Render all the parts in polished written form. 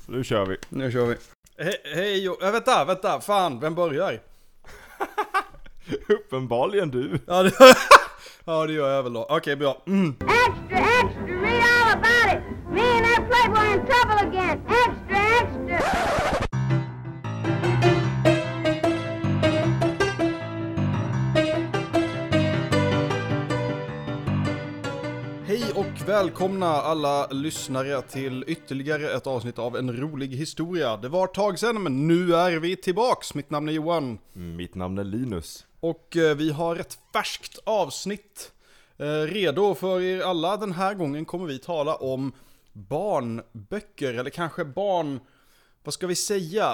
Nu kör vi. Nu kör vi. Hej, vänta, fan, vem börjar? Uppenbarligen du. Ja, det gör jag väl då. Okej, bra. Extra, extra, read all about it. Me and that playboy in trouble again. Extra, extra. Hej och välkomna alla lyssnare till ytterligare ett avsnitt av En rolig historia. Det var ett tag sedan, men nu är vi tillbaks. Mitt namn är Johan. Mitt namn är Linus. Och vi har ett färskt avsnitt redo för er alla. Den här gången kommer vi tala om barnböcker, eller kanske vad ska vi säga?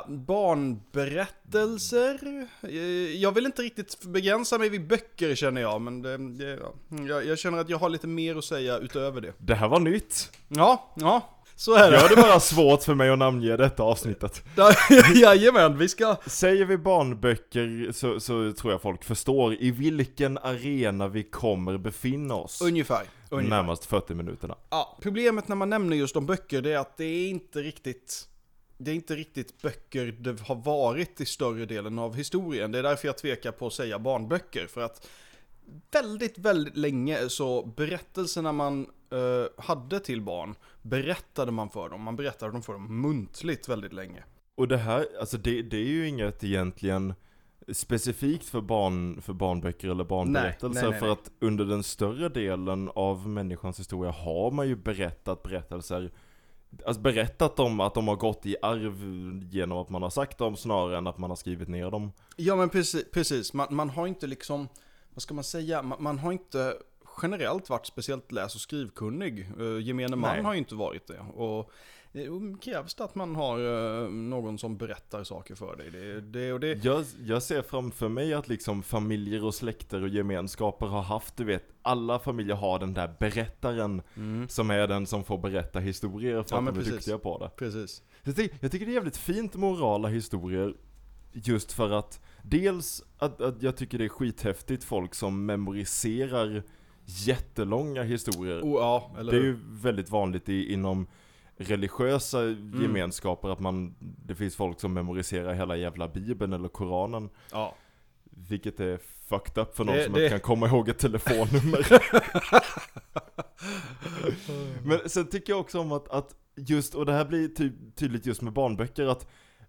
Barnberättelser? Jag vill inte riktigt begränsa mig vid böcker, känner jag. Men jag känner att jag har lite mer att säga utöver det. Det här var nytt. Ja, så är det. Gör det bara svårt för mig att namnge detta avsnittet. Jajamän, vi ska... Säger vi barnböcker så tror jag folk förstår i vilken arena vi kommer befinna oss. Ungefär. Närmast 40 minuterna. Ja, problemet när man nämner just om böcker, det är att det är inte riktigt böcker det har varit i större delen av historien. Det är därför jag tvekar på att säga barnböcker. För att väldigt, väldigt länge så berättelserna man hade till barn berättade man för dem. Man berättade dem för dem muntligt väldigt länge. Och det här, alltså det är ju inget egentligen specifikt för barnböcker eller barnberättelser. Nej. För att under den större delen av människans historia har man ju berättat berättelser. Alltså berättat om att de har gått i arv genom att man har sagt dem snarare än att man har skrivit ner dem. Ja, men precis. Man har inte liksom, vad ska man säga, man har inte generellt varit speciellt läs- och skrivkunnig. Gemene man har ju inte varit det. Och det krävs det att man har någon som berättar saker för dig. Jag ser framför mig att liksom familjer och släkter och gemenskaper har haft, du vet, alla familjer har den där berättaren som är den som får berätta historier för att de är duktiga på det. Precis. Jag tycker det är jävligt fint med orala historier, just för att dels att jag tycker det är skithäftigt folk som memoriserar jättelånga historier. Eller det är ju väldigt vanligt inom religiösa gemenskaper att det finns folk som memoriserar hela jävla Bibeln eller Koranen. Ja. Vilket är fucked up för någon som inte kan komma ihåg ett telefonnummer. Men sen tycker jag också om att just, och det här blir tydligt just med barnböcker, att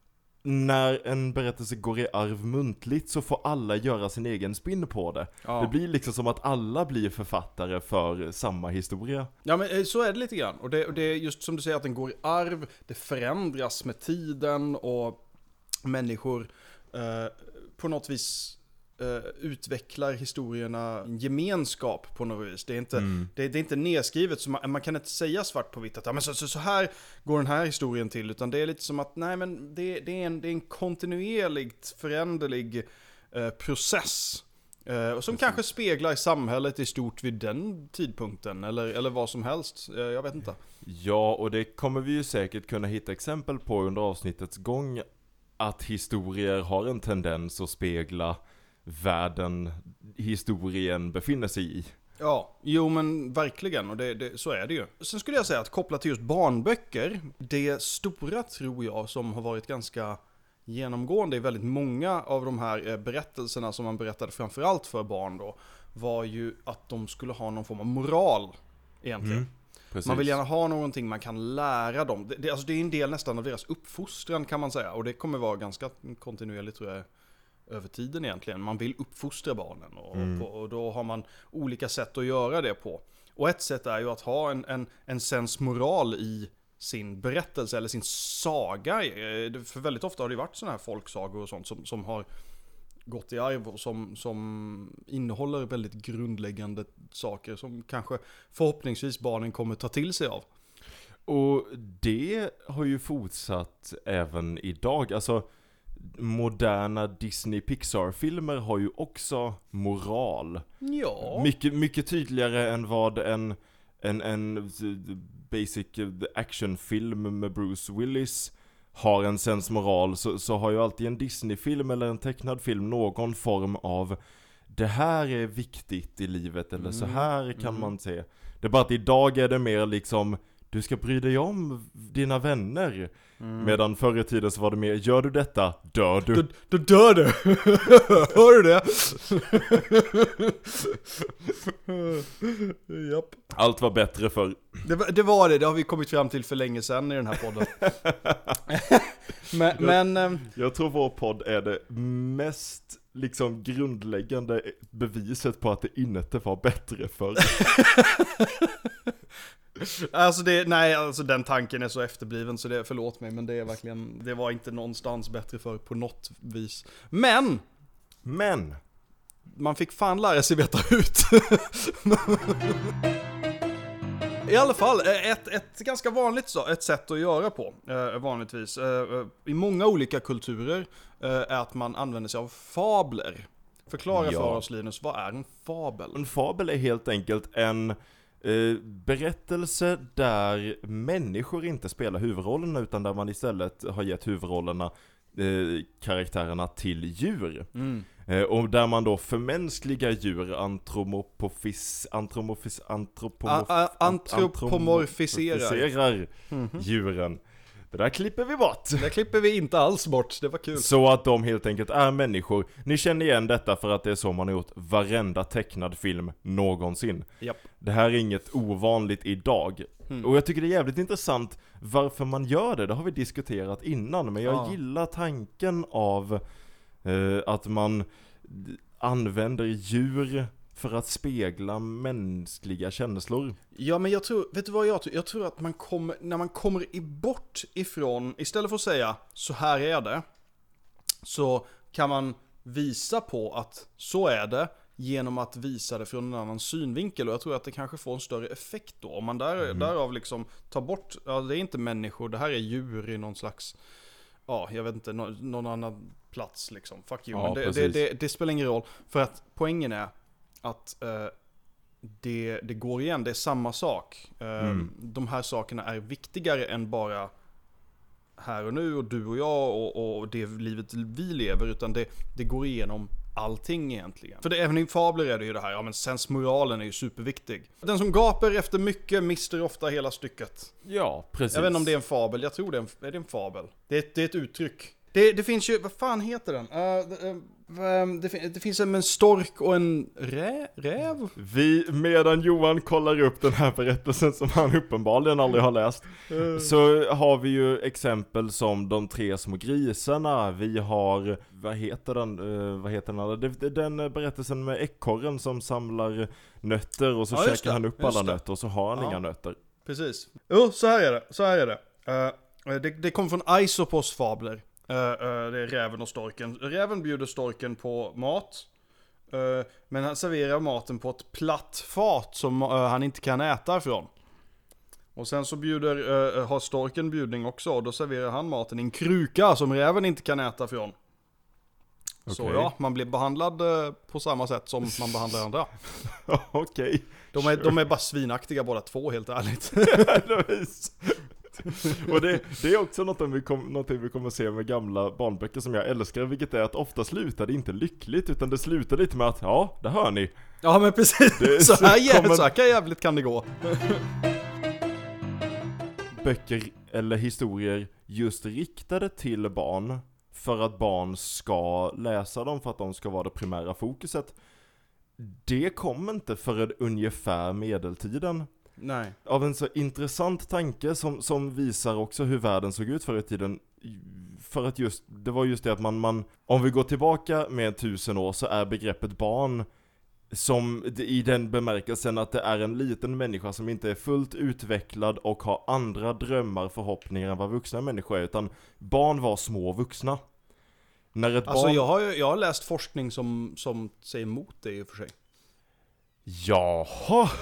när en berättelse går i arv muntligt så får alla göra sin egen spin på det. Ja. Det blir liksom som att alla blir författare för samma historia. Ja, men så är det lite grann. Och det är just som du säger att den går i arv, det förändras med tiden och människor på något vis utvecklar historierna gemenskap på något vis. Det är inte nedskrivet, så man kan inte säga svart på vitt att men så här går den här historien till, utan det är lite som att nej, men det är en kontinuerligt föränderlig process som kanske speglar samhället i stort vid den tidpunkten eller vad som helst, jag vet inte. Ja, och det kommer vi ju säkert kunna hitta exempel på under avsnittets gång, att historier har en tendens att spegla världen historien befinner sig i. Ja, jo men verkligen, och så är det ju. Sen skulle jag säga att kopplat till just barnböcker, det stora tror jag som har varit ganska genomgående i väldigt många av de här berättelserna som man berättade framförallt för barn då, var ju att de skulle ha någon form av moral egentligen. Man vill gärna ha någonting man kan lära dem. Det är en del nästan av deras uppfostran kan man säga, och det kommer vara ganska kontinuerligt tror jag över tiden egentligen. Man vill uppfostra barnen och då har man olika sätt att göra det på. Och ett sätt är ju att ha en sensmoral i sin berättelse eller sin saga. För väldigt ofta har det varit sådana här folksagor och sånt som har gått i arv och som innehåller väldigt grundläggande saker som kanske förhoppningsvis barnen kommer ta till sig av. Och det har ju fortsatt även idag. Alltså moderna Disney-Pixar-filmer har ju också moral. Ja. Mycket tydligare än vad en basic actionfilm med Bruce Willis har en sensmoral, så har ju alltid en Disney-film eller en tecknad film någon form av det här är viktigt i livet eller så här kan man se. Det är bara att idag är det mer liksom du ska bry dig om dina vänner. Medan förr i tiden så var det mer, gör du detta, dör du. Då dör du. Hör du det? Japp. Allt var bättre förr. Det var det har vi kommit fram till för länge sedan i den här podden. men Jag tror vår podd är det mest liksom grundläggande beviset på att det inte var bättre förr. Alltså den tanken är så efterbliven så förlåt mig, men det är verkligen, det var inte någonstans bättre för på något vis. Men man fick fan lära sig veta ut. I alla fall, ett ganska vanligt ett sätt att göra på, vanligtvis, i många olika kulturer, är att man använder sig av fabler. Förklara för oss, Linus, vad är en fabel? En fabel är helt enkelt en berättelse där människor inte spelar huvudrollerna, utan där man istället har gett huvudrollerna, karaktärerna till djur. Och där man då förmänskligar djur, antropomorfiserar djuren. Det där klipper vi bort. Det där klipper vi inte alls bort, det var kul. Så att de helt enkelt är människor. Ni känner igen detta för att det är så man har gjort varenda tecknad film någonsin. Japp. Det här är inget ovanligt idag. Och jag tycker det är jävligt intressant varför man gör det. Det har vi diskuterat innan. Men jag gillar tanken av att man använder djur för att spegla mänskliga känslor. Ja, men jag tror, vet du vad jag tror att när man kommer bort ifrån, istället för att säga så här är det, så kan man visa på att så är det genom att visa det från en annan synvinkel. Och jag tror att det kanske får en större effekt då. Om man därav liksom tar bort, det är inte människor, det här är djur i någon slags, jag vet inte, någon annan plats liksom. Fuck you. Men det spelar ingen roll. För att poängen är att det går igen, det är samma sak. De här sakerna är viktigare än bara här och nu och du och jag och det livet vi lever, utan det går igenom allting egentligen. För även i fabler är det ju det här, men sensmoralen är ju superviktig. Den som gapar efter mycket mister ofta hela stycket. Ja, precis. Jag vet inte om det är en fabel, jag tror är det en fabel. Det är ett uttryck. Det finns ju, vad fan heter den? Det finns en stork och en räv. Medan Johan kollar upp den här berättelsen som han uppenbarligen aldrig har läst, så har vi ju exempel som de 3 små grisarna. Vi har, vad heter den berättelsen med ekorren som samlar nötter och så käkar han upp alla nötter och så har han inga nötter. Precis. Jo, så här är det. Det kommer från Aesopos fabler. Det är räven och storken. Räven bjuder storken på mat, men han serverar maten på ett platt fat som han inte kan äta ifrån. Och sen så har storken bjudning också, och då serverar han maten i en kruka som räven inte kan äta ifrån. Okay. Så ja, man blir behandlad på samma sätt som man behandlar andra. Okej. De är bara svinaktiga båda två, helt ärligt. Och det är också något vi kommer se med gamla barnböcker som jag älskar, vilket är att ofta slutar det inte lyckligt, utan det slutar lite med att, det hör ni. Ja, men precis. Så här jävligt kan det gå. Böcker eller historier just riktade till barn för att barn ska läsa dem, för att de ska vara det primära fokuset, det kommer inte förrän ungefär medeltiden. Nej. Av en så intressant tanke som visar också hur världen såg ut förr i tiden. För att det var just det att man om vi går tillbaka med 1000 år, så är begreppet barn som i den bemärkelsen att det är en liten människa som inte är fullt utvecklad och har andra drömmar, förhoppningar än vad vuxna människor är, utan barn var små vuxna. När ett barn... jag har läst forskning som säger emot det i och för sig. Jaha.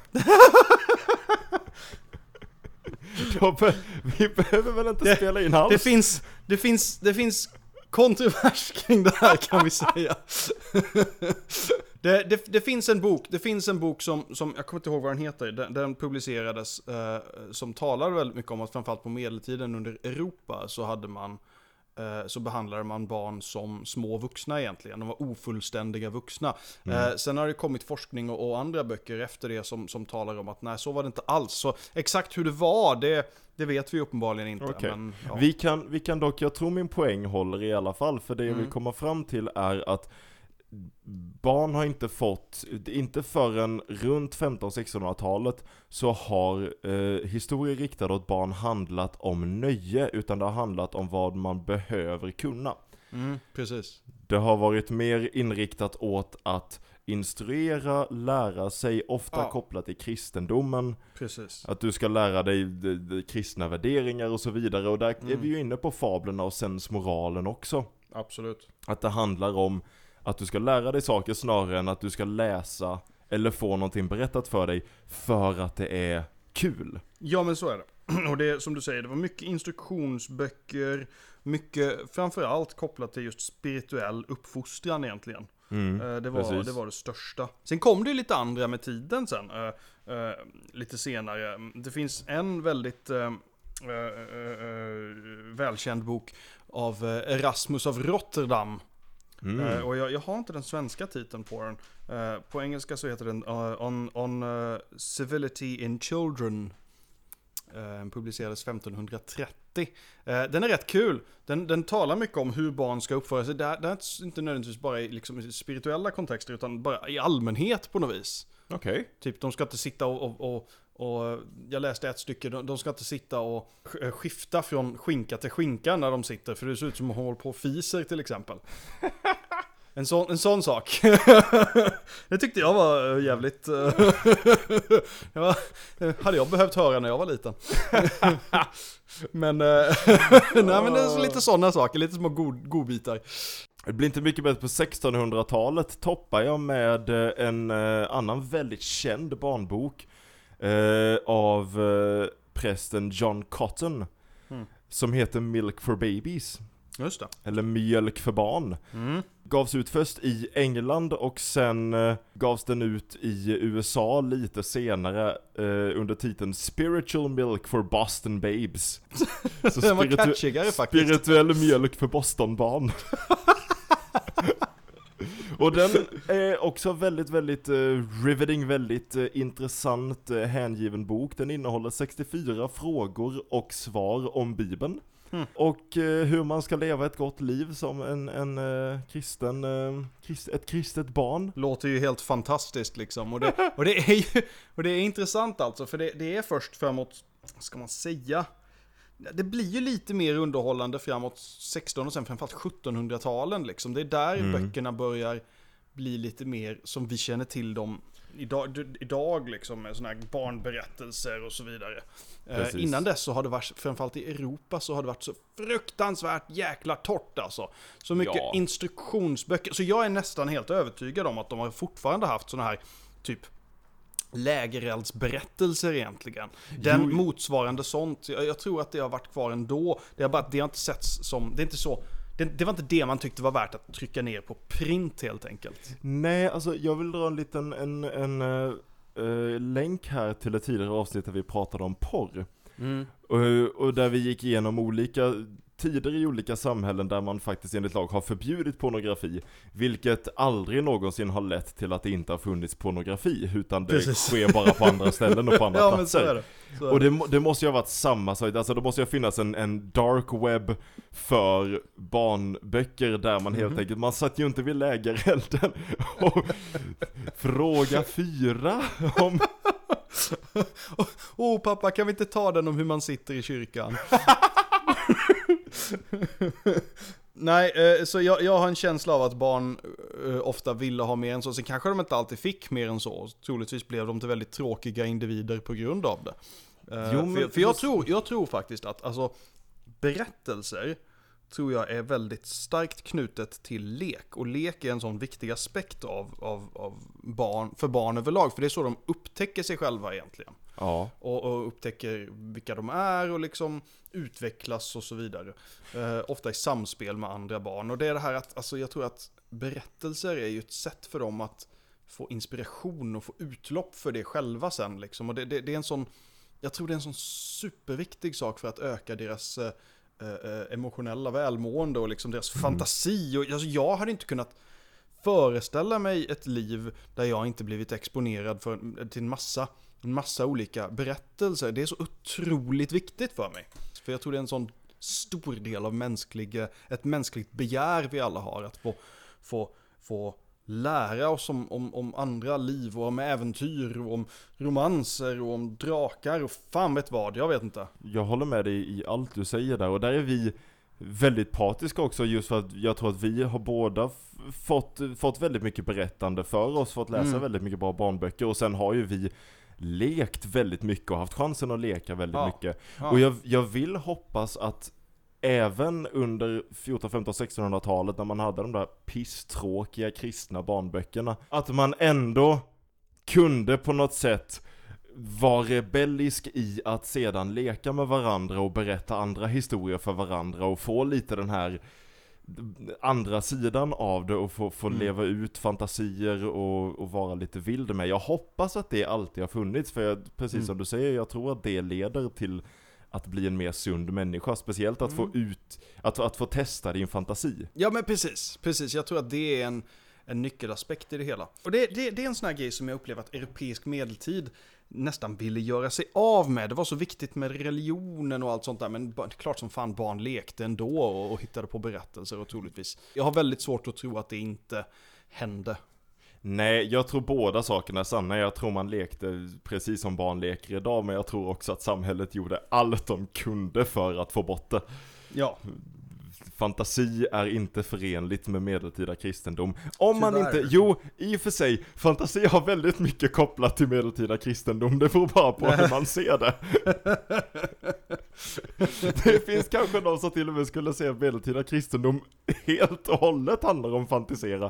Vi behöver väl inte spela in alls. Det finns kontrovers kring det här, kan vi säga. Det finns en bok som jag kommer inte ihåg vad den heter. Den publicerades som talade väldigt mycket om att framförallt på medeltiden under Europa så hade man så behandlade man barn som små vuxna egentligen. De var ofullständiga vuxna. Sen har det kommit forskning och andra böcker efter det som talar om att nej, så var det inte alls. Så exakt hur det var, det vet vi uppenbarligen inte. Okay. Men, ja. Vi kan dock, jag tror min poäng håller i alla fall, för det vi kommer fram till är att barn har inte förrän runt 1500-1600-talet så har historier riktade åt barn handlat om nöje, utan det har handlat om vad man behöver kunna. Precis. Det har varit mer inriktat åt att instruera, lära sig, ofta kopplat till kristendomen. Precis. Att du ska lära dig de kristna värderingar och så vidare. Och där är vi ju inne på fablerna och sensmoralen också. Absolut. Att det handlar om att du ska lära dig saker snarare än att du ska läsa eller få någonting berättat för dig för att det är kul. Ja, men så är det. Och det som du säger, det var mycket instruktionsböcker, mycket framförallt kopplat till just spirituell uppfostran egentligen. Det var det största. Sen kom det lite andra med tiden sen, lite senare. Det finns en väldigt välkänd bok av Erasmus av Rotterdam. Och jag har inte den svenska titeln på den. På engelska så heter den On Civility in Children. Publicerades 1530. Den är rätt kul. Den talar mycket om hur barn ska uppföra sig. Det är inte nödvändigtvis bara i liksom spirituella kontexter, utan bara i allmänhet på något vis. Okej. Typ, de ska inte sitta och jag läste ett stycke, de ska inte sitta och skifta från skinka till skinka när de sitter, för det ser ut som att de håller på och fiser till exempel. En sån sak. Det tyckte jag var jävligt. Hade jag behövt höra när jag var liten. Men nej, men det är lite sådana saker, lite små godbitar. Det blir inte mycket bättre. På 1600-talet toppar jag med en annan väldigt känd barnbok av prästen John Cotton som heter Milk for Babies. Just det. Eller Mjölk för barn. Gavs ut först i England och sen gavs den ut i USA lite senare under titeln Spiritual Milk for Boston Babes. Så den var catchigare faktiskt. Spirituell mjölk för Bostonbarn. Och den är också väldigt, väldigt riveting, väldigt intressant, hängiven bok. Den innehåller 64 frågor och svar om Bibeln. Och hur man ska leva ett gott liv som en kristen, ett kristet barn. Låter ju helt fantastiskt liksom. Och det är intressant alltså, för det är först framåt, ska man säga, det blir ju lite mer underhållande framåt 16 och sen framförallt 1700-talen liksom. Det är där böckerna börjar bli lite mer som vi känner till dem idag liksom, med såna här barnberättelser och så vidare. Innan dess så har det varit, framförallt i Europa, så har det varit så fruktansvärt jäkla torrt alltså. Så mycket instruktionsböcker. Så jag är nästan helt övertygad om att de har fortfarande haft såna här typ lägereldsberättelser egentligen. Den motsvarande sånt. Jag tror att det har varit kvar ändå. Det har inte setts som, det är inte så. Det var inte det man tyckte var värt att trycka ner på print helt enkelt. Nej, alltså jag vill dra en liten länk här till det tidigare avsnitt där vi pratade om porr. Och där vi gick igenom olika tider i olika samhällen där man faktiskt enligt lag har förbjudit pornografi, vilket aldrig någonsin har lett till att det inte har funnits pornografi, utan det sker bara på andra ställen och på andra platser. Men så är det. Och det måste ju ha varit samma sak, alltså det måste ju finnas en dark web för barnböcker där man helt enkelt, man satt ju inte vid lägerelden och fråga 4 om pappa, kan vi inte ta den om hur man sitter i kyrkan? Nej, så jag har en känsla av att barn ofta ville ha mer än så. Sen kanske de inte alltid fick mer än så. Troligtvis blev de till väldigt tråkiga individer på grund av det. För jag tror faktiskt att alltså, berättelser tror jag är väldigt starkt knutet till lek. Och lek är en sån viktig aspekt av barn, för barn överlag. För det är så de upptäcker sig själva egentligen. Ja. Och upptäcker vilka de är och liksom utvecklas och så vidare. Ofta i samspel med andra barn. Och det är det här att, alltså jag tror att berättelser är ju ett sätt för dem att få inspiration och få utlopp för det själva sen liksom. Och det är en sån, jag tror det är en sån superviktig sak för att öka deras emotionella välmående och liksom deras fantasi. Och, alltså, jag hade inte kunnat föreställa mig ett liv där jag inte blivit exponerad till en massa olika berättelser. Det är så otroligt viktigt för mig. För jag tror det är en sån stor del av ett mänskligt begär vi alla har. Att få lära oss om andra liv och om äventyr och om romanser och om drakar och fan vet vad, jag vet inte. Jag håller med dig i allt du säger där, och där är vi väldigt partiska också, just för att jag tror att vi har båda fått väldigt mycket berättande för oss, fått läsa väldigt mycket bra barnböcker, och sen har ju vi lekt väldigt mycket och haft chansen att leka väldigt mycket. Ja. Och jag vill hoppas att även under 14, 15, 1600-talet när man hade de där pisstråkiga kristna barnböckerna, att man ändå kunde på något sätt vara rebellisk i att sedan leka med varandra och berätta andra historier för varandra och få lite den här andra sidan av det och få leva ut fantasier och vara lite vild med. Jag hoppas att det alltid har funnits, för precis som du säger, jag tror att det leder till att bli en mer sund människa, speciellt att få ut att få testa din fantasi. Ja, men precis. Jag tror att det är en nyckelaspekt i det hela. Och det är en sån här grej som jag upplever att europeisk medeltid nästan ville göra sig av med. Det var så viktigt med religionen och allt sånt där, men klart som fan barn lekte ändå och hittade på berättelser och troligtvis. Jag har väldigt svårt att tro att det inte hände. Nej, jag tror båda sakerna är sanna. Jag tror man lekte precis som barn leker idag, men jag tror också att samhället gjorde allt de kunde för att få bort det. Ja. Fantasi är inte förenligt med medeltida kristendom. Om man inte, jo, i och för sig, fantasi har väldigt mycket kopplat till medeltida kristendom. Det beror bara på hur man ser det. Det finns kanske någon som till och med skulle säga att medeltida kristendom helt och hållet handlar om fantisera.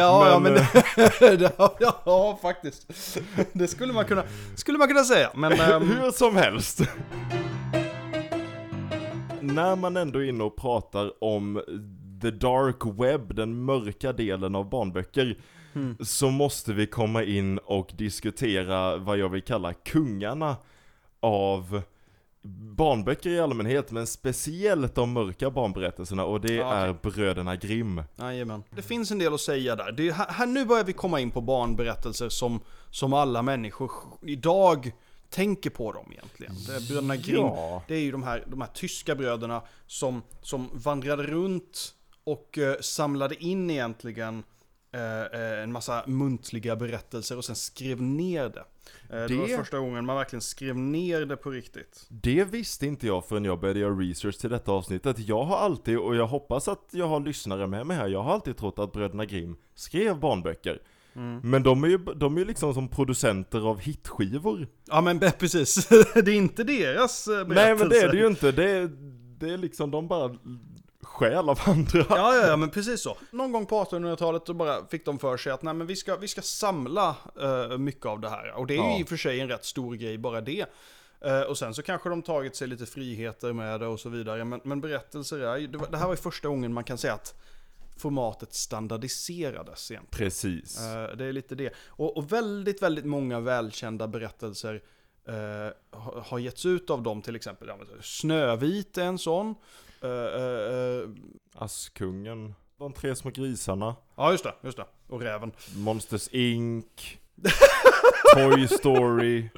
Ja, faktiskt. Det skulle man kunna säga. Men, hur som helst. När man ändå är inne och pratar om the dark web, den mörka delen av barnböcker, så måste vi komma in och diskutera vad jag vill kalla kungarna av barnböcker i allmänhet, men speciellt de mörka barnberättelserna, och det är bröderna Grimm. Jajamän. Det finns en del att säga där. Här nu börjar vi komma in på barnberättelser som alla människor idag tänker på dem egentligen. Det är bröderna Grimm. Det är ju de här tyska bröderna som vandrade runt och samlade in egentligen en massa muntliga berättelser och sen skrev ner det. Det var första gången man verkligen skrev ner det på riktigt. Det visste inte jag förrän jag började göra research till detta avsnittet. Jag har alltid, och jag hoppas att jag har lyssnare med mig här, jag har alltid trott att bröderna Grimm skrev barnböcker. Men de är ju liksom som producenter av hitskivor. Ja, men precis. Det är inte deras berättelse. Nej, men det är det ju inte. Det är liksom, de bara stjäl av andra. Ja, men precis så. Någon gång på 1800-talet så bara fick de för sig att nej, men vi ska samla mycket av det här. Och det är ju i och för sig en rätt stor grej, bara det. Och sen så kanske de tagit sig lite friheter med det och så vidare. Men berättelser det här var ju första gången man kan säga att formatet standardiserades egentligen. Precis. Det är lite det. Och väldigt, väldigt många välkända berättelser har getts ut av dem, till exempel. Snövit är en sån. Askungen. De 3 små grisarna. Ja, just det. Och räven. Monsters Inc. Toy Story.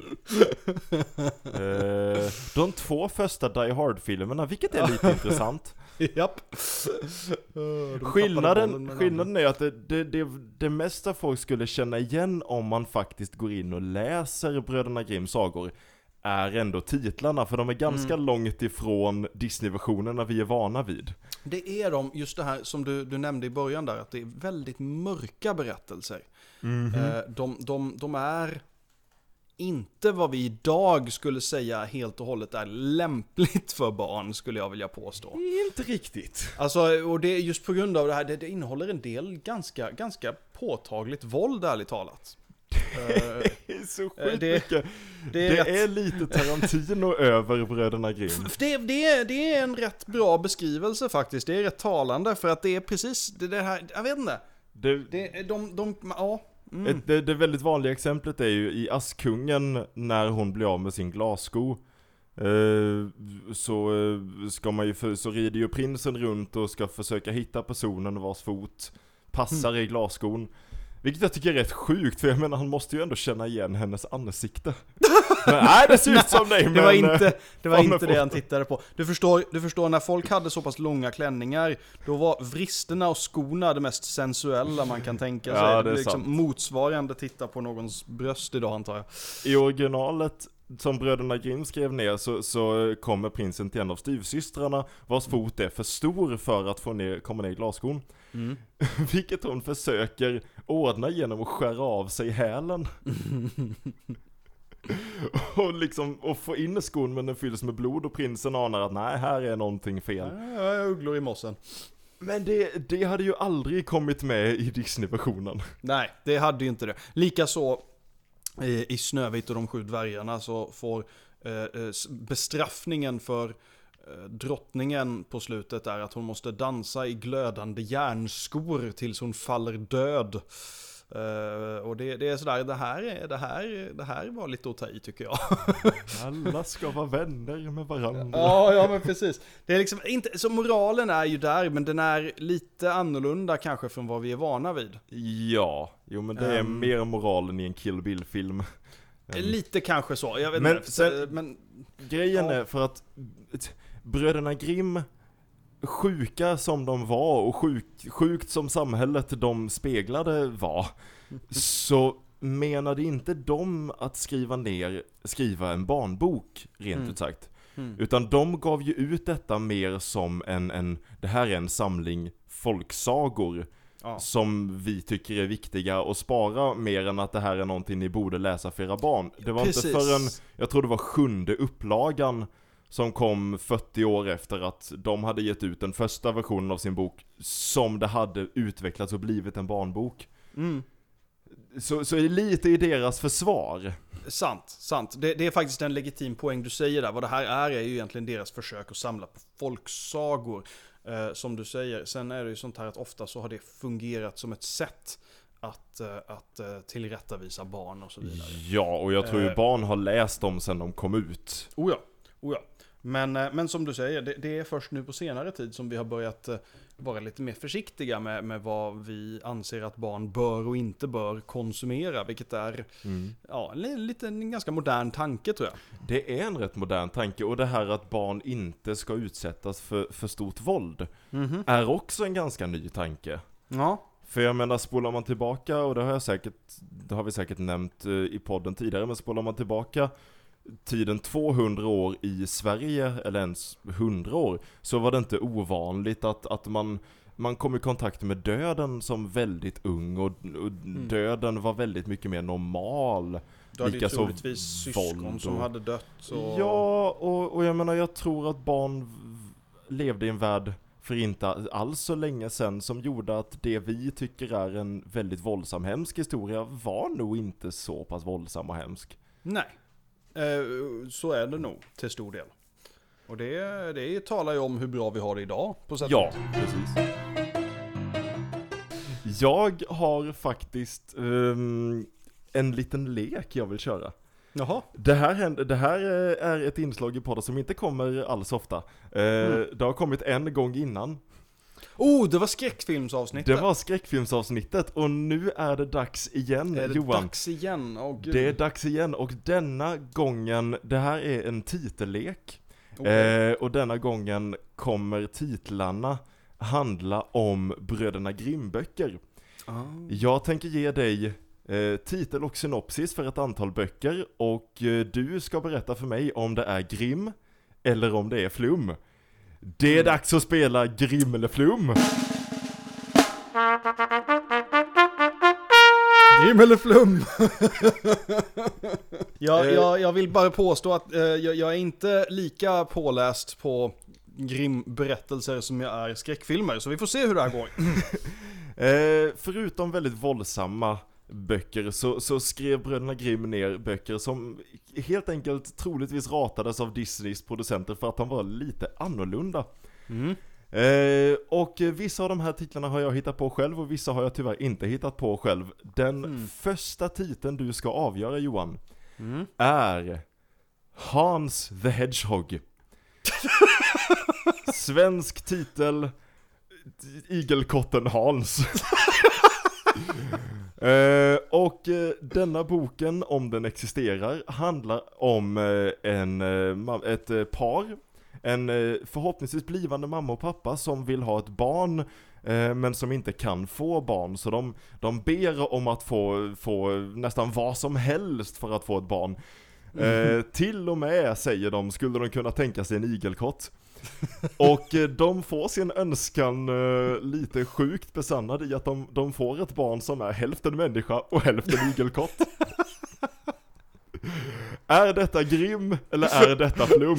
De 2 första Die Hard-filmerna, vilket är lite intressant. Japp. Skillnaden är att det mesta folk skulle känna igen om man faktiskt går in och läser bröderna Grimms sagor är ändå titlarna, för de är ganska långt ifrån Disney-versionerna vi är vana vid. Det är just det här som du nämnde i början där, att det är väldigt mörka berättelser. De är inte vad vi idag skulle säga helt och hållet är lämpligt för barn, skulle jag vilja påstå. Inte riktigt. Alltså, och det är just på grund av det här, det innehåller en del ganska påtagligt våld, ärligt talat. Det är så skitmycket. Det är lite Tarantino över bröderna Grimm. Det är en rätt bra beskrivelse faktiskt. Det är rätt talande, för att det är precis det här, jag vet inte. Det väldigt vanliga exemplet är ju i Askungen när hon blir av med sin glassko. Ska man ju så rider ju prinsen runt och ska försöka hitta personen vars fot passar i glasskon. Vilket jag tycker är rätt sjukt, för jag menar han måste ju ändå känna igen hennes ansikte. Men, nej, det ser ut som dig, men det var inte det han tittade på. Du förstår, när folk hade så pass långa klänningar, då var vristerna och skorna det mest sensuella man kan tänka sig. Ja, det är liksom sant. motsvarande titta på någons bröst idag, antar jag. I originalet som bröderna Grimm skrev ner så kommer prinsen till en av styvsystrarna vars fot är för stor för att komma ner i glasskon. Vilket hon försöker ordna genom att skära av sig hälen. och få in skon, men den fylls med blod och prinsen anar att nej, här är någonting fel. Ugglor i mossen. Men det hade ju aldrig kommit med i Disney-versionen. Nej, det hade ju inte det. Likaså i Snövit och de 7 dvärgarna så får bestraffningen för drottningen på slutet är att hon måste dansa i glödande järnskor tills hon faller död. Och det är sådär, det här var lite att ta i, tycker jag. Alla ska vara vänner med varandra. Ja, men precis. Det är liksom inte, så moralen är ju där, men den är lite annorlunda kanske från vad vi är vana vid. Ja, jo men det är mer moralen i en Kill Bill-film. Lite kanske så, jag vet Men inte. Men grejen är för att bröderna Grimm, sjuka som de var och sjukt som samhället de speglade var, så menade inte de att skriva en barnbok, rent ut sagt. Utan de gav ju ut detta mer som det här är en samling folksagor som vi tycker är viktiga att spara, mer än att det här är någonting ni borde läsa för era barn. Det var inte förrän, jag tror det var 7:e upplagan som kom 40 år efter att de hade gett ut den första versionen av sin bok, som det hade utvecklats och blivit en barnbok. Så är det lite i deras försvar. Sant. Det är faktiskt en legitim poäng du säger där. Vad det här är ju egentligen deras försök att samla på folksagor, som du säger. Sen är det ju sånt här att ofta så har det fungerat som ett sätt att tillrättavisa barn och så vidare. Ja, och jag tror ju barn har läst dem sedan de kom ut. Oh ja. Men som du säger, det är först nu på senare tid som vi har börjat vara lite mer försiktiga med vad vi anser att barn bör och inte bör konsumera, vilket är en ganska modern tanke, tror jag. Det är en rätt modern tanke, och det här att barn inte ska utsättas för stort våld är också en ganska ny tanke. Ja. För jag menar, spolar man tillbaka, och det har vi säkert nämnt i podden tidigare, men spolar man tillbaka tiden 200 år i Sverige, eller ens 100 år, så var det inte ovanligt att man kom i kontakt med döden som väldigt ung, och döden var väldigt mycket mer normal. Du hade ju troligtvis syskon som hade dött. Ja, och jag menar, jag tror att barn levde i en värld för inte alls så länge sedan som gjorde att det vi tycker är en väldigt våldsam, hemsk historia var nog inte så pass våldsam och hemsk. Nej. Så är det nog till stor del. Och det talar ju om hur bra vi har det idag på sätt. Ja, precis. Jag har faktiskt en liten lek jag vill köra. Jaha. Det här är ett inslag i podden som inte kommer alls ofta. Det har kommit en gång innan. Det var skräckfilmsavsnittet. Det var skräckfilmsavsnittet, och nu är det dags igen, är det Johan. Dags igen? Gud. Det är dags igen, och denna gången, det här är en titellek. Okay. Och denna gången kommer titlarna handla om bröderna Grimm-böcker. Jag tänker ge dig titel och synopsis för ett antal böcker, och du ska berätta för mig om det är Grimm eller om det är Flum. Det är dags att spela Grimm eller Flum. Grimm eller Flum. Jag vill bara påstå att jag är inte lika påläst på Grimm-berättelser som jag är skräckfilmer, så vi får se hur det här går. Förutom väldigt våldsamma böcker så skrev bröderna Grimm ner böcker som helt enkelt troligtvis ratades av Disneys producenter för att de var lite annorlunda. Och vissa av de här titlarna har jag hittat på själv, och vissa har jag tyvärr inte hittat på själv. Den första titeln du ska avgöra, Johan, är Hans the Hedgehog. Svensk titel, Igelkotten Hans. Och denna boken, om den existerar, handlar om ett par, en förhoppningsvis blivande mamma och pappa som vill ha ett barn, men som inte kan få barn. Så de ber om att få nästan vad som helst för att få ett barn. Till och med, säger de, skulle de kunna tänka sig en igelkott. Och de får sin önskan lite sjukt besannad i att de får ett barn som är hälften människa och hälften igelkott. Är detta Grimm eller är detta Flum?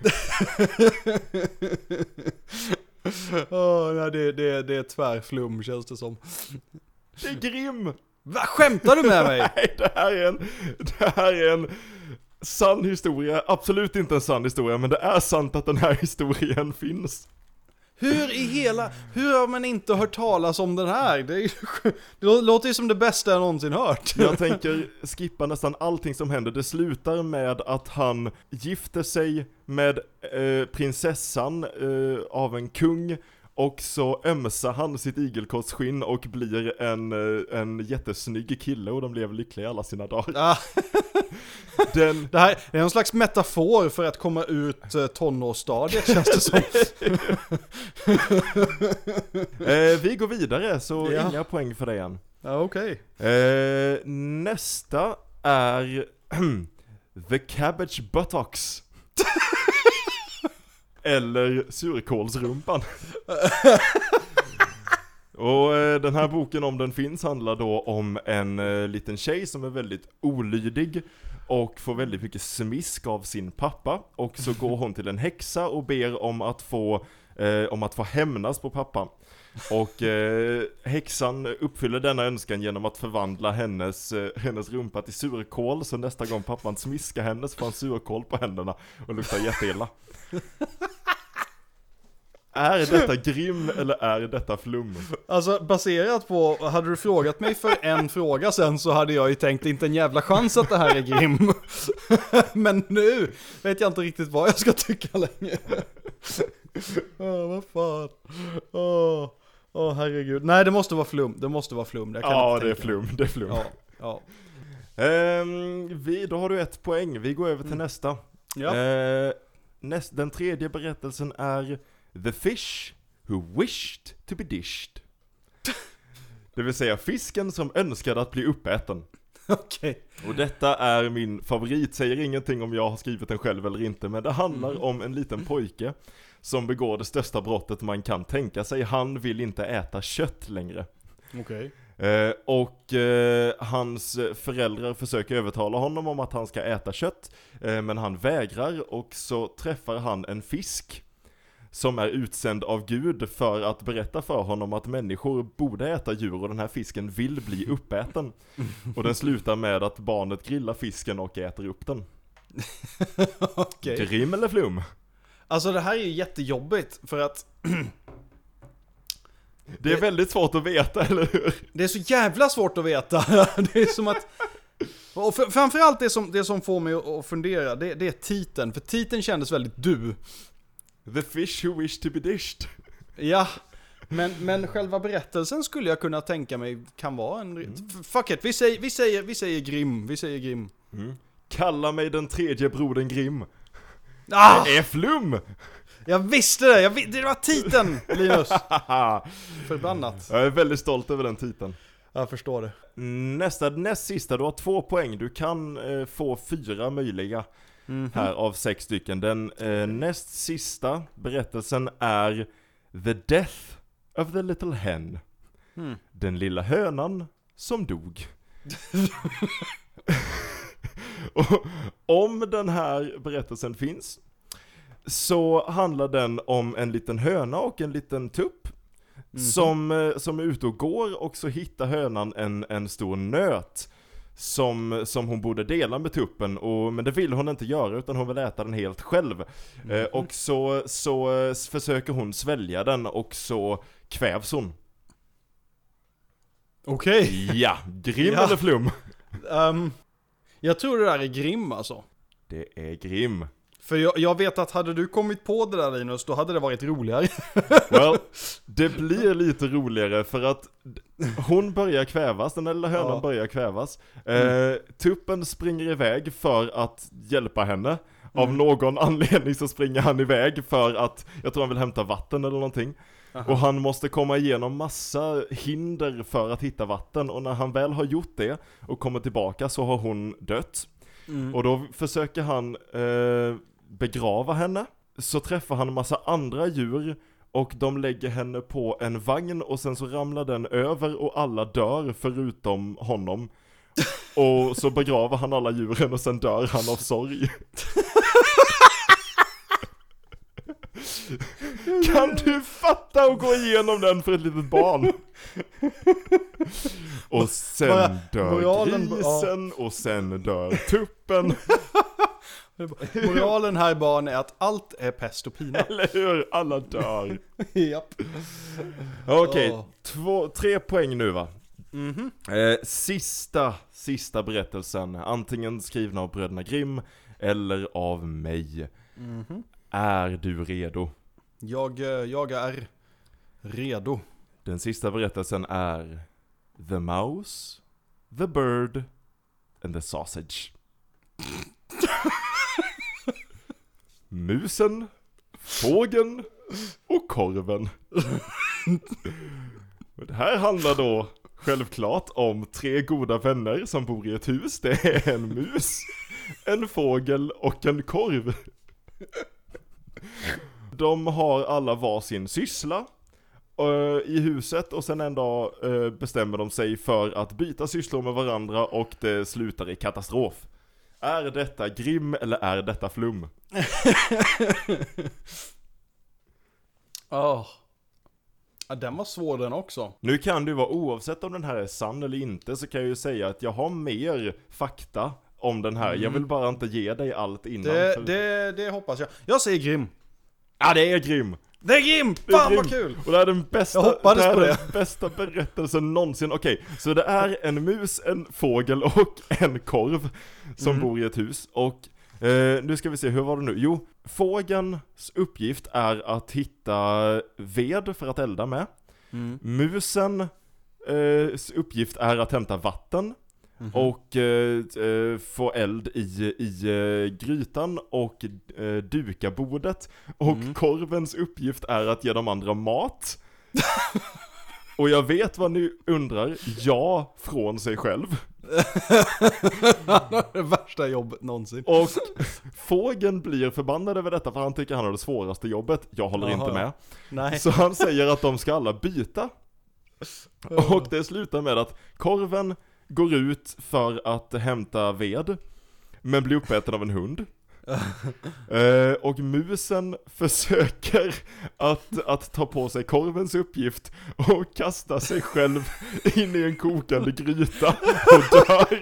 Nej, det är tvärflum, känns det som. Det är Grimm! Va, skämtar du med mig? Nej, det här är en sann historia. Absolut inte en sann historia, men det är sant att den här historien finns. Hur har man inte hört talas om den här? Det låter ju som det bästa jag någonsin hört. Jag tänker skippa nästan allting som händer. Det slutar med att han gifter sig med prinsessan av en kung. Och så ömsar han sitt igelkottsskinn och blir en jättesnygg kille, och de lever lyckliga i alla sina dagar. Ah. Det här är en slags metafor för att komma ut tonårsstadiet, känns det som. Vi går vidare, så ja. Inga poäng för det än. Ja, okej. Nästa är The Cabbage Buttocks. Eller surkålsrumpan. Och den här boken, om den finns, handlar då om en liten tjej som är väldigt olydig och får väldigt mycket smisk av sin pappa. Och så går hon till en häxa och ber om att få hämnas på pappa. Och häxan uppfyller denna önskan genom att förvandla hennes rumpa till surkål. Så nästa gång pappan smiskar henne så får han surkål på händerna och luktar jätteilla. Är detta Grimm eller är detta Flum? Alltså, baserat på, hade du frågat mig för en fråga sen, så hade jag ju tänkt inte en jävla chans att det här är Grimm. Men nu vet jag inte riktigt vad jag ska tycka längre. Vad fan. Herregud. Nej, det måste vara Flum. Det måste vara Flum. Ja, det är Flum. Det är Flum. Ja. Då har du 1 poäng. Vi går över till nästa. Ja. Den tredje berättelsen är The Fish Who Wished to be Dished. Det vill säga fisken som önskade att bli uppäten. Okej. Och detta är min favorit. Säger ingenting om jag har skrivit den själv eller inte, men det handlar om en liten pojke som begår det största brottet man kan tänka sig. Han vill inte äta kött längre. Okej. Och hans föräldrar försöker övertala honom om att han ska äta kött, men han vägrar, och så träffar han en fisk som är utsänd av Gud för att berätta för honom att människor borde äta djur, och den här fisken vill bli uppäten. Och den slutar med att barnet grillar fisken och äter upp den. Okej. Grimm eller Flum? Alltså, det här är ju jättejobbigt för att det är väldigt svårt att veta, eller hur? det är så jävla svårt att veta. Det är som att, och framförallt det som får mig att fundera, det är titeln. För titeln kändes väldigt du. The Fish Who Wished to be Dished. Ja, men själva berättelsen skulle jag kunna tänka mig kan vara en... Fuck it, vi säger Grimm. Vi säger Grimm. Kalla mig den tredje brodern Grimm. Ah! Det är Flum! Jag visste det! Det var titeln, Linus. Förbannat. Jag är väldigt stolt över den titeln. Jag förstår det. Näst sista, du har 2 poäng. Du kan få 4 möjliga här av 6 stycken. Den näst sista berättelsen är The Death of the Little Hen. Den lilla hönan som dog. Och om den här berättelsen finns, så handlar den om en liten höna och en liten tupp som är ute och går, och så hittar hönan en stor nöt som hon borde dela med tuppen, men det vill hon inte göra, utan hon vill äta den helt själv. Och så försöker hon svälja den, och så kvävs hon. Okej. Ja, Grimm eller Flum? Jag tror det där är Grimm, alltså. Det är Grimm. För jag vet att hade du kommit på det där, Linus, då hade det varit roligare. Well, det blir lite roligare för att hon börjar kvävas, den lilla hönan börjar kvävas. Tuppen springer iväg för att hjälpa henne. Av någon anledning så springer han iväg för att, jag tror han vill hämta vatten eller någonting. Aha. Och han måste komma igenom massa hinder för att hitta vatten. Och när han väl har gjort det och kommer tillbaka så har hon dött. Och då försöker han begrava henne. Så träffar han en massa andra djur och de lägger henne på en vagn och sen så ramlar den över och alla dör förutom honom. Och så begraver han alla djuren och sen dör han av sorg. Kan du fatta och gå igenom den för ett litet barn? Och sen dör grisen och sen dör tuppen. Moralen här, barn, är att allt är pest och pina. Eller hur? Alla dör. Japp. Okej, 3 poäng nu, va? Sista berättelsen, antingen skrivna av bröderna Grimm eller av mig. Är du redo? Jag är redo. Den sista berättelsen är The Mouse, the Bird and the Sausage. Musen, fågeln och korven. Det här handlar då självklart om 3 goda vänner som bor i ett hus. Det är en mus, en fågel och en korv. De har alla varsin syssla i huset och sen en dag bestämmer de sig för att byta sysslor med varandra och det slutar i katastrof. Är detta Grimm eller är detta flum? Ja, den var svår den också. Nu kan du vara, oavsett om den här är sann eller inte, så kan jag ju säga att jag har mer fakta om den här. Jag vill bara inte ge dig allt innan. Det hoppas jag. Jag säger Grimm. Ja, det är Grimm. Det är Grimm! Fan vad kul! Och det är den bästa, jag hoppades på det. Den bästa berättelsen någonsin. Okej, så det är en mus, en fågel och en korv som bor i ett hus. Och nu ska vi se, hur var det nu? Jo, fågelns uppgift är att hitta ved för att elda med. Musens uppgift är att hämta vatten. Och få eld i grytan och duka bordet. Och korvens uppgift är att ge de andra mat. Och jag vet vad ni undrar. Ja, från sig själv. Det värsta jobbet någonsin. Och fågeln blir förbannad över detta för han tycker han har det svåraste jobbet. Jag håller inte med. Nej. Så han säger att de ska alla byta. Och det slutar med att korven går ut för att hämta ved, men blir uppäten av en hund. Och musen försöker att ta på sig korvens uppgift och kasta sig själv in i en kokande gryta och dör.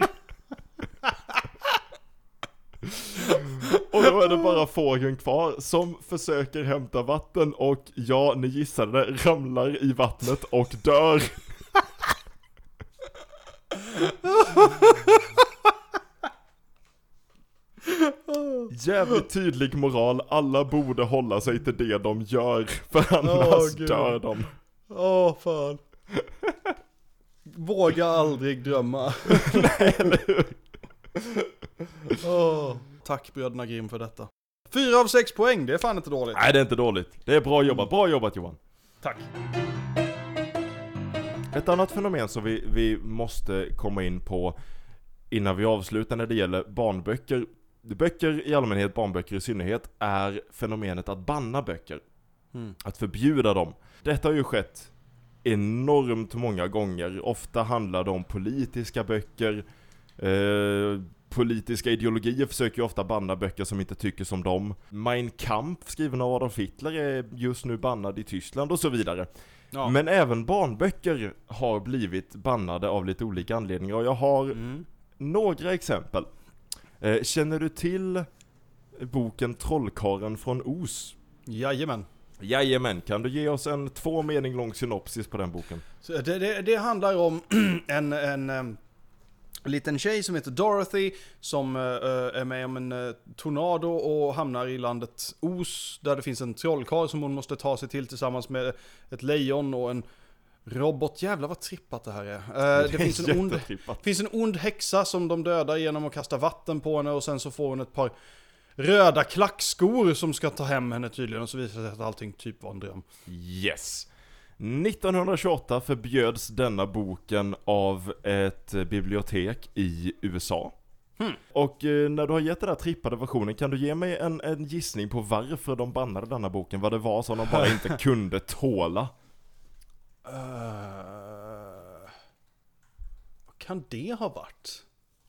Och då är det bara fågeln kvar som försöker hämta vatten och ja, ni gissade det, ramlar i vattnet och dör. Jävligt tydlig moral. Alla borde hålla sig till det de gör, för annars dör de. Fan. Våga aldrig drömma. Nej, eller hur? Tack bröderna Grimm för detta. 4 av 6 poäng, det är fan inte dåligt. Nej, det är inte dåligt. Det är bra jobbat. Bra jobbat, Johan. Tack. Ett annat fenomen som vi måste komma in på innan vi avslutar när det gäller barnböcker. Böcker i allmänhet, barnböcker i synnerhet, är fenomenet att banna böcker. Att förbjuda dem. Detta har ju skett enormt många gånger. Ofta handlar det om politiska böcker. Politiska ideologier försöker ju ofta banna böcker som inte tycker som dem. Mein Kampf, skriven av Adolf Hitler, är just nu bannad i Tyskland och så vidare. Ja. Men även barnböcker har blivit bannade av lite olika anledningar. Och jag har några exempel. Känner du till boken Trollkarlen från Oz? Jajamän, kan du ge oss en 2 mening lång synopsis på den boken? Så det handlar om liten tjej som heter Dorothy som är med om en tornado och hamnar i landet Oz där det finns en trollkarl som hon måste ta sig till tillsammans med ett lejon och en robot. Jävlar vad trippat det här är. Det finns en ond häxa som de dödar genom att kasta vatten på henne och sen så får hon ett par röda klackskor som ska ta hem henne tydligen och så visar det sig att allting typ var en dröm. Yes. 1928 förbjöds denna boken av ett bibliotek i USA. Och när du har gett den här trippade versionen, kan du ge mig en gissning på varför de bannade denna boken? Vad det var som de bara inte kunde tåla? Vad kan det ha varit?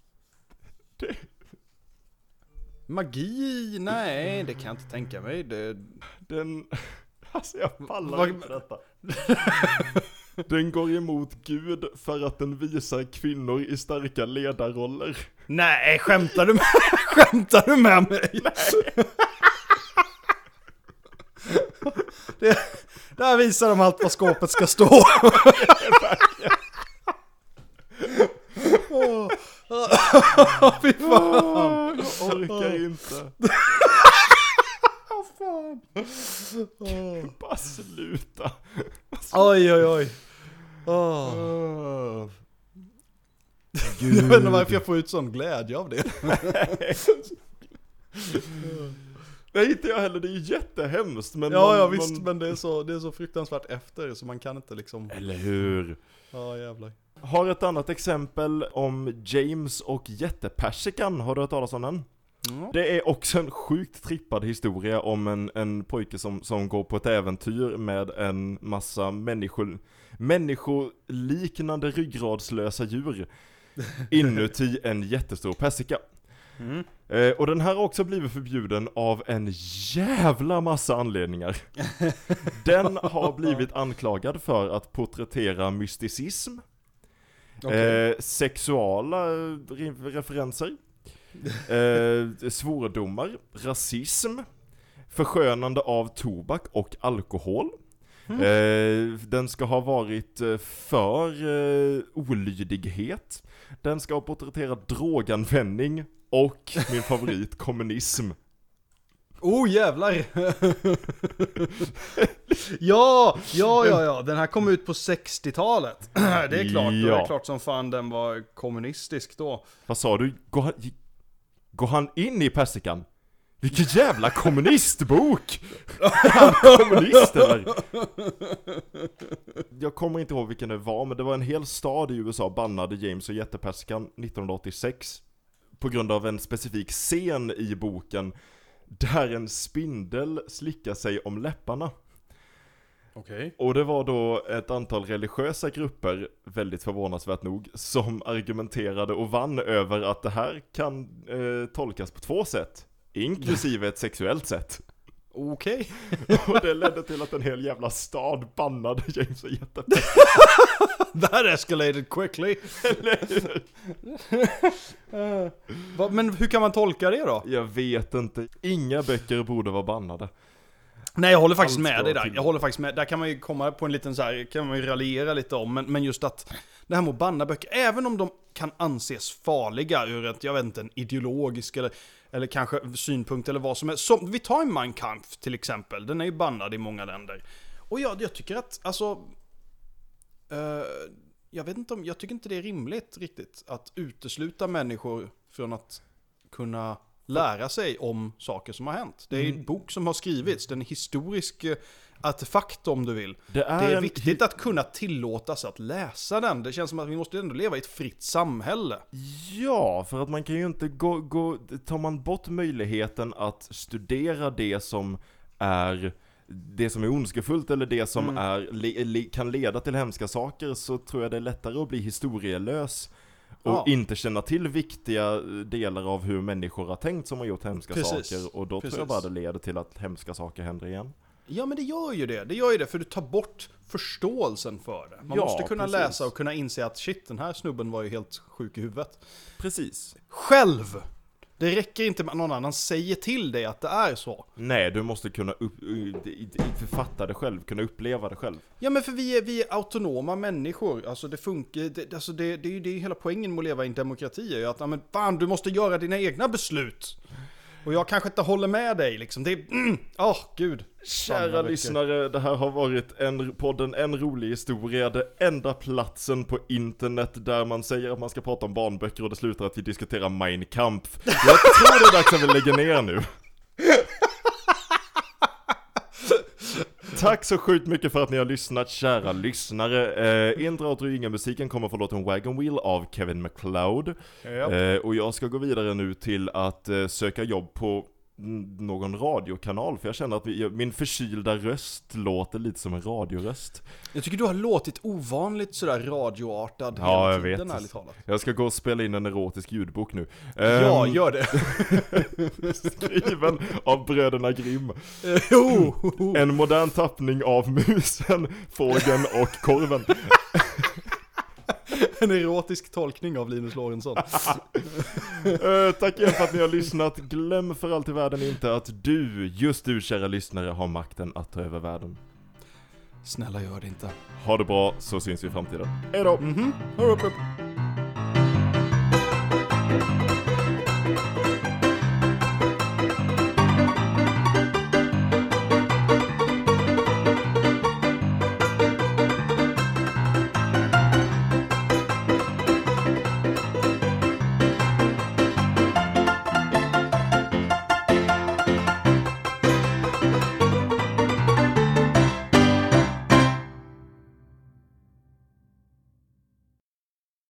Magi? Nej, det kan jag inte tänka mig. Alltså jag pallar inte detta. Den går emot Gud för att den visar kvinnor i starka ledarroller. Nej, skämtar du med mig? Där visar de allt vad skåpet ska stå. Fy fan. Jag orkar inte. Bara sluta. Oj. Gud. Jag vet inte varför jag får ut sån glädje av det. Nej, inte jag heller, det är ju jättehemskt. Men visst, men det är så fruktansvärt efter så man kan inte liksom... Eller hur? Ja, jävlar. Har ett annat exempel om James och jättepersikan. Har du hört talas om den? Mm. Det är också en sjukt trippad historia om en pojke som går på ett äventyr med en massa människoliknande ryggradslösa djur inuti en jättestor persika. Mm. Och den här har också blivit förbjuden av en jävla massa anledningar. Den har blivit anklagad för att porträttera mysticism, sexuella referenser, svordomar, rasism, förskönande av tobak och alkohol. Den ska ha varit för olydighet. Den ska ha porträtterat droganvändning och min favorit, kommunism. Oh jävlar. Ja. Den här kom ut på 60-talet. Det är klart, det är klart som fan den var kommunistisk då. Vad sa du? Går han in i persikan? Vilken jävla kommunistbok! Kommunist eller? Jag kommer inte ihåg vilken det var, men det var en hel stad i USA bannade James och jättepersikan 1986 på grund av en specifik scen i boken där en spindel slickar sig om läpparna. Okay. Och det var då ett antal religiösa grupper, väldigt förvånansvärt nog, som argumenterade och vann över att det här kan tolkas på 2 sätt. Inklusive ett sexuellt sätt. Okej. Och det ledde till att en hel jävla stad bannade James och jättepersikan. That escalated quickly. Men hur kan man tolka det då? Jag vet inte. Inga böcker borde vara bannade. Nej, jag håller faktiskt med dig där. Jag håller faktiskt med. Där kan man ju komma på en liten så här, kan man ju raljera lite om. Men just att det här med att banna böcker, även om de kan anses farliga ur ett, jag vet inte, en ideologisk eller kanske synpunkt eller vad som är. Som, vi tar en Mein Kampf till exempel. Den är ju bannad i många länder. Och jag tycker att, alltså... jag tycker inte det är rimligt riktigt att utesluta människor från att kunna lära sig om saker som har hänt. Det är en bok som har skrivits, den är historisk artefakt om du vill. Det är viktigt att kunna tillåtas att läsa den. Det känns som att vi måste ändå leva i ett fritt samhälle. Ja, för att man kan ju inte tar man bort möjligheten att studera det som är ondskefullt eller det som kan leda till hemska saker, så tror jag det är lättare att bli historielös och inte känna till viktiga delar av hur människor har tänkt som har gjort hemska saker, och då tror jag bara det leder till att hemska saker händer igen. Ja, men det gör ju det, för du tar bort förståelsen för det. Man måste kunna läsa och kunna inse att shit, den här snubben var ju helt sjuk i huvudet. Precis. Själv Det räcker inte med att någon annan säger till dig att det är så. Nej, du måste kunna författa det själv, kunna uppleva det själv. Ja, men för vi är autonoma människor. Alltså det funkar, det är ju hela poängen med att leva i en demokrati är ju att men fan, du måste göra dina egna beslut. Och jag kanske inte håller med dig liksom. Det är, gud. Kära lyssnare, det här har varit podden En rolig historia. Det enda platsen på internet där man säger att man ska prata om barnböcker och det slutar att vi diskuterar Mein Kampf. Jag tror det är dags att vi lägger ner nu. Tack så sjukt mycket för att ni har lyssnat, kära lyssnare. Introt och musiken kommer från låten Wagon Wheel av Kevin MacLeod. Yep. Och jag ska gå vidare nu till att söka jobb på någon radiokanal, för jag känner att min förkylda röst låter lite som en radioröst. Jag tycker du har låtit ovanligt sådär radioartad ja, hela tiden, jag vet. Ärligt talat. Jag ska gå och spela in en erotisk ljudbok nu. Ja, gör det. Skriven av bröderna Grimm. En modern tappning av musen, fågeln och korven. En erotisk tolkning av Linus Lorentzon. Tack igen för att ni har lyssnat. Glöm för allt i världen inte att just du kära lyssnare har makten att ta över världen. Snälla gör det inte. Ha det bra, så syns vi i framtiden. Hej då! Hör upp.